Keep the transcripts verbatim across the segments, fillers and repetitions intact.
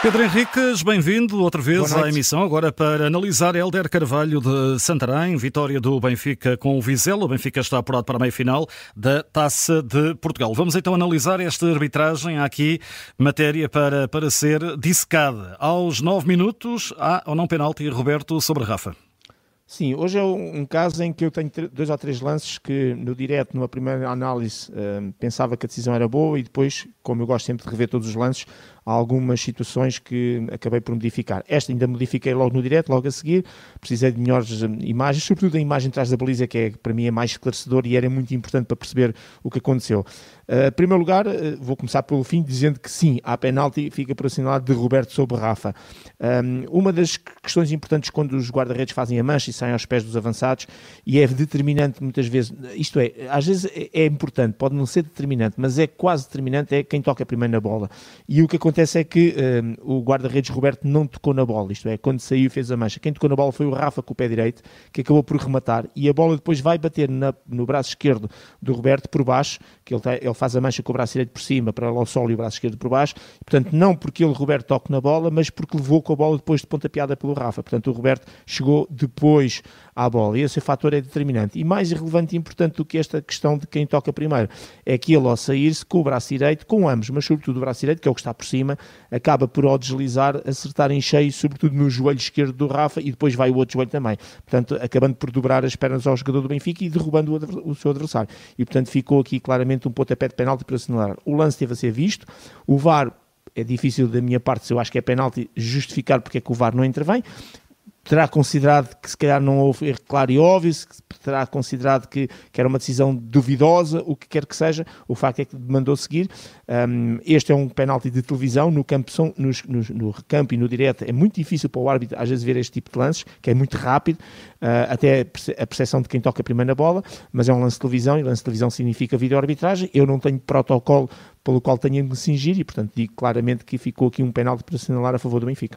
Pedro Henriques, bem-vindo outra vez à emissão, agora para analisar Hélder Carvalho de Santarém, vitória do Benfica com o Vizela. O Benfica está apurado para a meia-final da Taça de Portugal. Vamos então analisar esta arbitragem. Há aqui matéria para, para ser dissecada. Aos nove minutos, há ou não penalti, Roberto, sobre Rafa? Sim, hoje é um caso em que eu tenho dois ou três lances que no direto, numa primeira análise, pensava que a decisão era boa e depois, como eu gosto sempre de rever todos os lances, há algumas situações que acabei por modificar. Esta ainda modifiquei logo no direto, logo a seguir, precisei de melhores imagens, sobretudo a imagem atrás da baliza, que é, para mim é mais esclarecedor e era muito importante para perceber o que aconteceu. Uh, em primeiro lugar, uh, vou começar pelo fim, dizendo que sim, há penalti, fica por assinalado de Roberto sobre Rafa. Um, uma das questões importantes quando os guarda-redes fazem a mancha e saem aos pés dos avançados, e é determinante muitas vezes, isto é, às vezes é, é importante, pode não ser determinante, mas é quase determinante, é quem toca primeiro na bola. E o que acontece é que um, o guarda-redes Roberto não tocou na bola, isto é, quando saiu e fez a mancha. Quem tocou na bola foi o Rafa com o pé direito, que acabou por rematar, e a bola depois vai bater na, no braço esquerdo do Roberto por baixo, que ele, tá, ele faz a mancha com o braço direito por cima para lá o solo e o braço esquerdo por baixo, portanto não porque ele, Roberto, toque na bola, mas porque levou com a bola depois de pontapeada pelo Rafa, portanto o Roberto chegou depois à bola, e esse fator é determinante. E mais relevante e importante do que esta questão de quem toca primeiro, é que ele ao sair-se com o braço direito, com ambos, mas sobretudo o braço direito, que é o que está por cima, acaba por ao deslizar, acertar em cheio, sobretudo no joelho esquerdo do Rafa, e depois vai o outro joelho também, portanto acabando por dobrar as pernas ao jogador do Benfica e derrubando o, o seu adversário, e portanto ficou aqui claramente um pontapé de penalti para assinalar. O lance teve a ser visto, o V A R, é difícil da minha parte, se eu acho que é penalti, justificar porque é que o V A R não intervém. Terá considerado que se calhar não houve erro claro e óbvio, terá considerado que, que era uma decisão duvidosa, o que quer que seja, o facto é que mandou seguir. Um, este é um penalti de televisão, no campo, são, no, no, no campo e no direto é muito difícil para o árbitro às vezes ver este tipo de lances, que é muito rápido, uh, até a percepção de quem toca primeiro na bola, mas é um lance de televisão, e lance de televisão significa vídeo-arbitragem. Eu não tenho protocolo pelo qual tenho de me cingir e portanto digo claramente que ficou aqui um penalti para assinalar a favor do Benfica.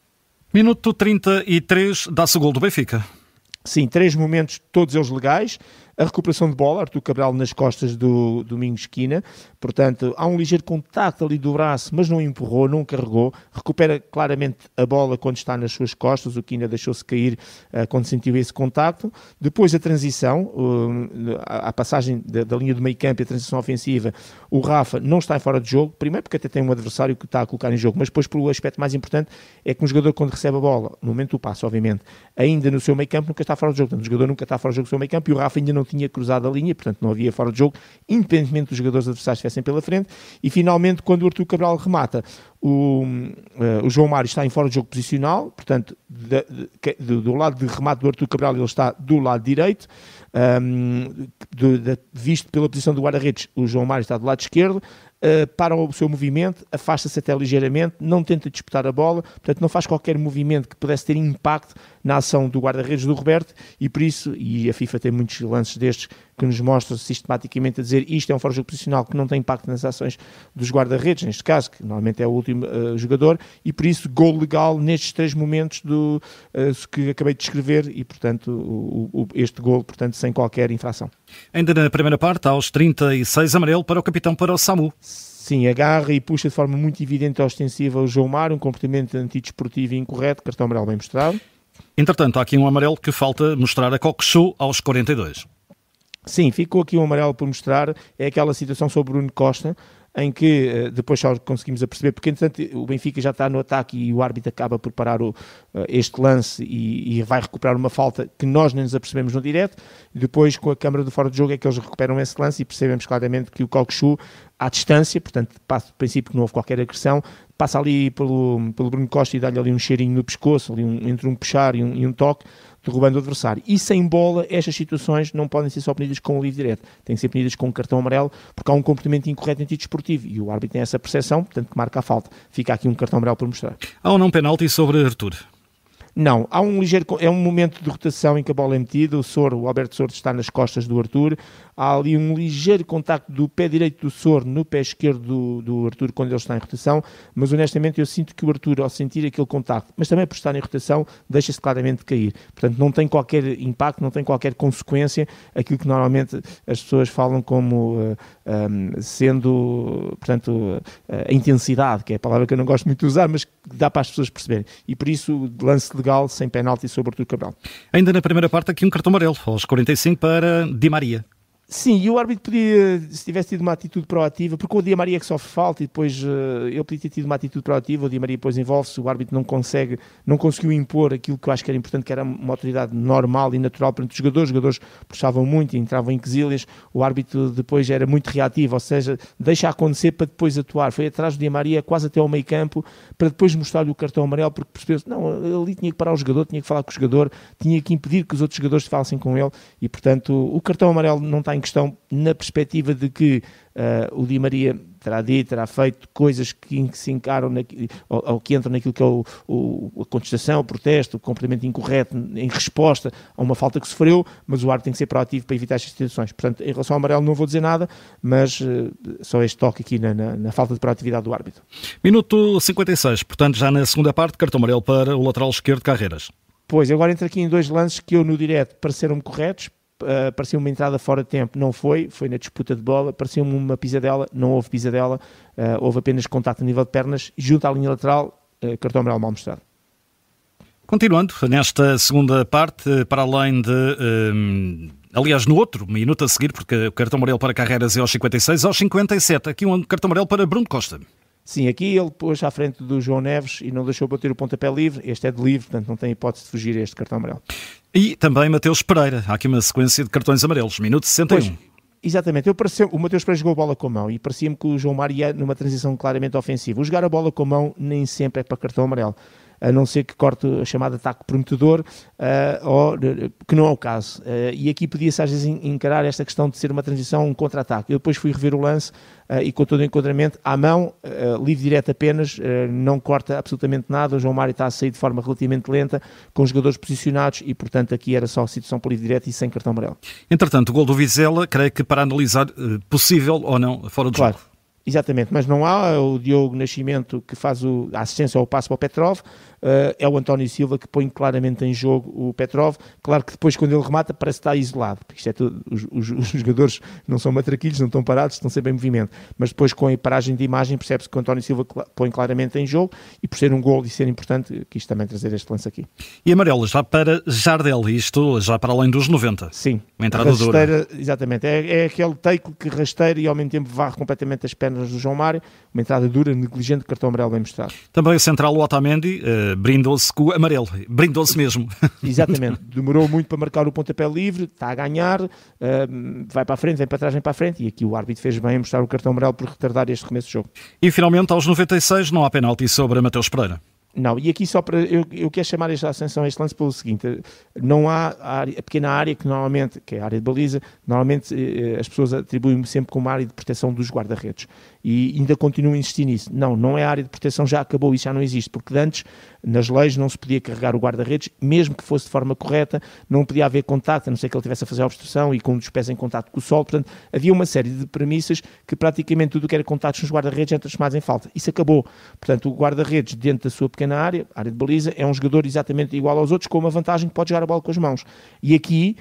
Minuto trinta e três, dá-se o gol do Benfica. Sim, três momentos, todos eles legais. A recuperação de bola, Artur Cabral nas costas do Domingos Quina, portanto há um ligeiro contacto ali do braço, mas não empurrou, não carregou, recupera claramente a bola quando está nas suas costas, o Quina deixou-se cair uh, quando sentiu esse contacto. Depois a transição, uh, a, a passagem da, da linha do meio campo e a transição ofensiva, o Rafa não está em fora de jogo, primeiro porque até tem um adversário que está a colocar em jogo, mas depois pelo aspecto mais importante é que um jogador quando recebe a bola, no momento do passo obviamente, ainda no seu meio campo nunca está fora de jogo, portanto o jogador nunca está fora de jogo do seu meio campo e o Rafa ainda não tinha cruzado a linha, portanto não havia fora de jogo, independentemente dos jogadores adversários que estivessem pela frente. E finalmente, quando o Artur Cabral remata, o, uh, o João Mário está em fora de jogo posicional, portanto de, de, de, do lado de remate do Artur Cabral ele está do lado direito, um, de, de, visto pela posição do guarda-redes, o João Mário está do lado esquerdo. Uh, para o seu movimento, afasta-se até ligeiramente, não tenta disputar a bola, portanto não faz qualquer movimento que pudesse ter impacto na ação do guarda-redes do Roberto, e por isso, e a FIFA tem muitos lances destes que nos mostram sistematicamente a dizer isto é um fora-jogo posicional que não tem impacto nas ações dos guarda-redes, neste caso, que normalmente é o último uh, jogador, e por isso gol legal nestes três momentos do, uh, que acabei de descrever, e portanto o, o, este gol, portanto, sem qualquer infração. Ainda na primeira parte, aos trinta e seis, amarelo para o capitão, para o Samu. Sim, agarra e puxa de forma muito evidente e ostensiva o João Mário, um comportamento antidesportivo e incorreto, cartão amarelo bem mostrado. Entretanto, há aqui um amarelo que falta mostrar a Coxu aos quarenta e dois. Sim, ficou aqui um amarelo por mostrar, é aquela situação sobre o Bruno Costa, em que depois só conseguimos a perceber, porque entretanto o Benfica já está no ataque e o árbitro acaba por parar o, este lance e, e vai recuperar uma falta que nós nem nos apercebemos no direto, e depois com a câmara do fora de jogo é que eles recuperam esse lance e percebemos claramente que o Coxu, à distância, portanto passa do princípio que não houve qualquer agressão, passa ali pelo, pelo Bruno Costa e dá-lhe ali um cheirinho no pescoço, ali um, entre um puxar e um, e um toque, derrubando o adversário. E sem bola, estas situações não podem ser só punidas com o livre direto, têm que ser punidas com um cartão amarelo, porque há um comportamento incorreto antidesportivo, e o árbitro tem essa percepção, portanto que marca a falta. Fica aqui um cartão amarelo por mostrar. Há ou não penalti sobre Artur? Não, há um ligeiro, é um momento de rotação em que a bola é metida, o Soro, o Alberto Soro está nas costas do Arthur, há ali um ligeiro contacto do pé direito do Soro no pé esquerdo do, do Arthur quando ele está em rotação, mas honestamente eu sinto que o Arthur, ao sentir aquele contacto, mas também por estar em rotação, deixa-se claramente cair. Portanto, não tem qualquer impacto, não tem qualquer consequência, aquilo que normalmente as pessoas falam como uh, um, sendo, portanto, uh, a intensidade, que é a palavra que eu não gosto muito de usar, mas que dá para as pessoas perceberem. E por isso, lance legal, sem penalti sobre Arthur Cabral. Ainda na primeira parte, aqui um cartão amarelo, aos quarenta e cinco para Di Maria. Sim, e o árbitro podia, se tivesse tido uma atitude proativa, porque o Di Maria é que sofre falta e depois uh, ele podia ter tido uma atitude proativa, o Di Maria depois envolve-se, o árbitro não consegue, não conseguiu impor aquilo que eu acho que era importante, que era uma autoridade normal e natural perante os jogadores, os jogadores puxavam muito e entravam em quesilhas, o árbitro depois era muito reativo, ou seja, deixa acontecer para depois atuar, foi atrás do Di Maria quase até ao meio campo, para depois mostrar-lhe o cartão amarelo, porque percebeu-se, não, ali tinha que parar o jogador, tinha que falar com o jogador, tinha que impedir que os outros jogadores falassem com ele, e portanto o cartão amarelo não está em questão na perspectiva de que uh, o Di Maria terá dito, terá feito coisas que, que se encaram na, ou, ou que entram naquilo que é o, o, a contestação, o protesto, o cumprimento incorreto em resposta a uma falta que sofreu, mas o árbitro tem que ser proativo para evitar estas situações. Portanto, em relação ao amarelo não vou dizer nada, mas uh, só este toque aqui na, na, na falta de proatividade do árbitro. Minuto cinquenta e seis, portanto já na segunda parte, cartão amarelo para o lateral esquerdo Carreiras. Pois, agora entra aqui em dois lances que eu no direto pareceram-me corretos. Uh, parecia uma entrada fora de tempo, não foi, foi na disputa de bola, parecia-me uma pisadela, não houve pisadela, uh, houve apenas contacto a nível de pernas, junto à linha lateral, uh, cartão amarelo mal mostrado. Continuando, nesta segunda parte, para além de... Um... Aliás, no outro minuto a seguir, porque o cartão amarelo para Carreiras é aos cinquenta e seis, aos cinquenta e sete, aqui um cartão amarelo para Bruno Costa. Sim, aqui ele pôs à frente do João Neves e não deixou bater o pontapé livre, este é de livre, portanto não tem hipótese de fugir a este cartão amarelo. E também Mateus Pereira, há aqui uma sequência de cartões amarelos, minuto sessenta e um. Pois, exatamente, eu parecia, o Mateus Pereira jogou a bola com a mão e parecia-me que o João Mário ia numa transição claramente ofensiva. O jogar a bola com a mão nem sempre é para cartão amarelo, a não ser que corte a chamada ataque prometedor, uh, ou, que não é o caso. Uh, e aqui podia-se às vezes encarar esta questão de ser uma transição, um contra-ataque. Eu depois fui rever o lance uh, e com todo o enquadramento, à mão, uh, livre direto apenas, uh, não corta absolutamente nada. O João Mário está a sair de forma relativamente lenta, com os jogadores posicionados e, portanto, aqui era só situação para livre direto e sem cartão amarelo. Entretanto, o gol do Vizela, creio que para analisar uh, possível ou não, fora do claro. jogo. Exatamente, mas não há o Diogo Nascimento que faz o, a assistência ao passo para o Petrov, uh, é o António Silva que põe claramente em jogo o Petrov. Claro que depois quando ele remata parece estar isolado, porque isto é tudo, os, os, os jogadores não são matraquilhos, não estão parados, estão sempre em movimento, mas depois com a paragem de imagem percebe-se que o António Silva põe claramente em jogo e por ser um gol e ser importante, quis também trazer este lance aqui. E amarelo já para Jardel, isto já para além dos noventa. Sim, uma entrada dura. Exatamente, é, é aquele take que rasteira e ao mesmo tempo varre completamente as pernas do João Mário, uma entrada dura, negligente, cartão amarelo bem mostrado. Também o central, o Otamendi, uh, brindou-se com o amarelo, brindou-se mesmo. Exatamente, demorou muito para marcar o pontapé livre, está a ganhar, uh, vai para a frente, vem para trás, vem para a frente, e aqui o árbitro fez bem em mostrar o cartão amarelo por retardar este recomeço de jogo. E finalmente, aos noventa e seis, não há penalti sobre Mateus Pereira. Não, e aqui só para, eu, eu quero chamar esta atenção a este lance pelo seguinte, não há a, área, a pequena área que normalmente, que é a área de baliza, normalmente eh, as pessoas atribuem sempre como área de proteção dos guarda-redes e ainda continuam a insistir nisso. Não, não é a área de proteção, já acabou, isso já não existe, porque antes nas leis não se podia carregar o guarda-redes, mesmo que fosse de forma correta, não podia haver contacto, a não ser que ele estivesse a fazer a obstrução e com um dos pés em contacto com o solo, portanto havia uma série de premissas que praticamente tudo que era contactos nos guarda-redes eram transformados em falta. Isso acabou. Portanto, o guarda-redes dentro da sua pequena área, área de baliza, é um jogador exatamente igual aos outros, com uma vantagem que pode jogar a bola com as mãos. E aqui,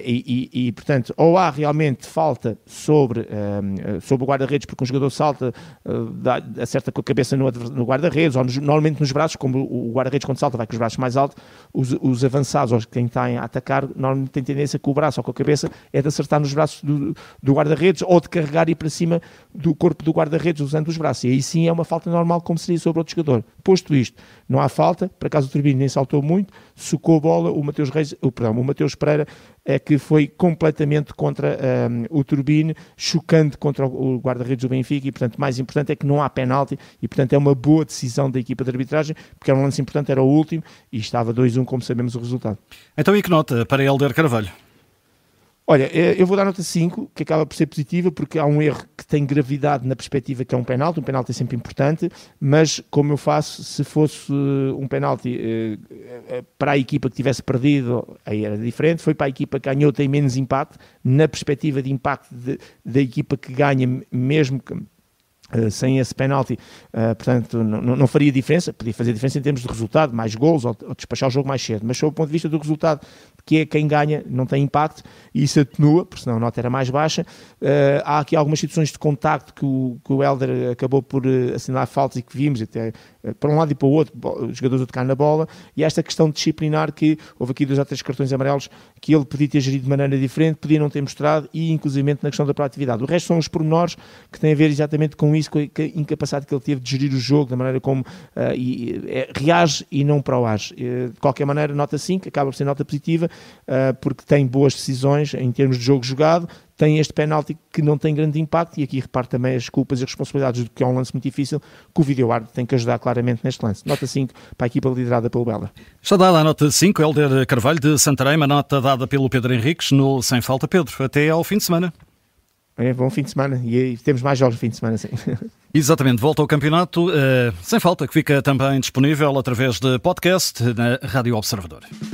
e, e, e portanto, ou há realmente falta sobre, um, sobre o guarda-redes, porque um jogador salta, uh, dá, acerta com a cabeça no, no guarda-redes, ou nos, normalmente nos braços, como o guarda-redes quando salta vai com os braços mais altos, os, os avançados, ou quem está a atacar, normalmente tem tendência com o braço ou com a cabeça, é de acertar nos braços do, do guarda-redes, ou de carregar e ir para cima do corpo do guarda-redes usando os braços. E aí sim é uma falta normal, como seria sobre outro jogador. Posto isto, não há falta, por acaso o Turbino nem saltou muito, socou a bola, o Mateus Reis, o, perdão, o Mateus Pereira é que foi completamente contra um, o Turbine, chocante contra o, o guarda-redes do Benfica e, portanto, mais importante é que não há penalti e, portanto, é uma boa decisão da equipa de arbitragem, porque era um lance importante, era o último e estava dois a um, como sabemos o resultado. Então, e que nota para Hélder Carvalho? Olha, eu vou dar nota cinco, que acaba por ser positiva, porque há um erro que tem gravidade na perspectiva que é um penalti. Um penalti é sempre importante, mas como eu faço, se fosse um penalti eh, para a equipa que tivesse perdido, aí era diferente. Foi para a equipa que ganhou, tem menos impacto. Na perspectiva de impacto de, da equipa que ganha, mesmo que Uh, sem esse penalti, uh, portanto, não, não faria diferença. Podia fazer diferença em termos de resultado, mais golos ou, ou despachar o jogo mais cedo, mas sob o ponto de vista do resultado, que é quem ganha, não tem impacto, e isso atenua, porque senão a nota era mais baixa. Uh, há aqui algumas situações de contacto que o, que o Hélder acabou por uh, assinalar faltas e que vimos, até uh, para um lado e para o outro, os jogadores a tocar na bola, e esta questão disciplinar, que houve aqui dois ou três cartões amarelos que ele podia ter gerido de maneira diferente, podia não ter mostrado, e inclusivamente na questão da proatividade. O resto são os pormenores que têm a ver exatamente com isso, com a incapacidade que ele teve de gerir o jogo, da maneira como uh, e, é, reage e não para o age. Uh, de qualquer maneira, nota cinco, acaba por ser nota positiva, uh, porque tem boas decisões em termos de jogo jogado, tem este penalti que não tem grande impacto, e aqui repare também as culpas e as responsabilidades do que é um lance muito difícil, que o vídeo-árbitro tem que ajudar claramente neste lance. Nota cinco para a equipa liderada pelo Hélder. Está dada a nota cinco, Hélder Carvalho de Santarém, uma nota dada pelo Pedro Henriques no Sem Falta. Pedro, até ao fim de semana. É bom fim de semana, e aí temos mais jogos no fim de semana, sim. Exatamente, volta ao campeonato uh, Sem Falta, que fica também disponível através de podcast na Rádio Observador.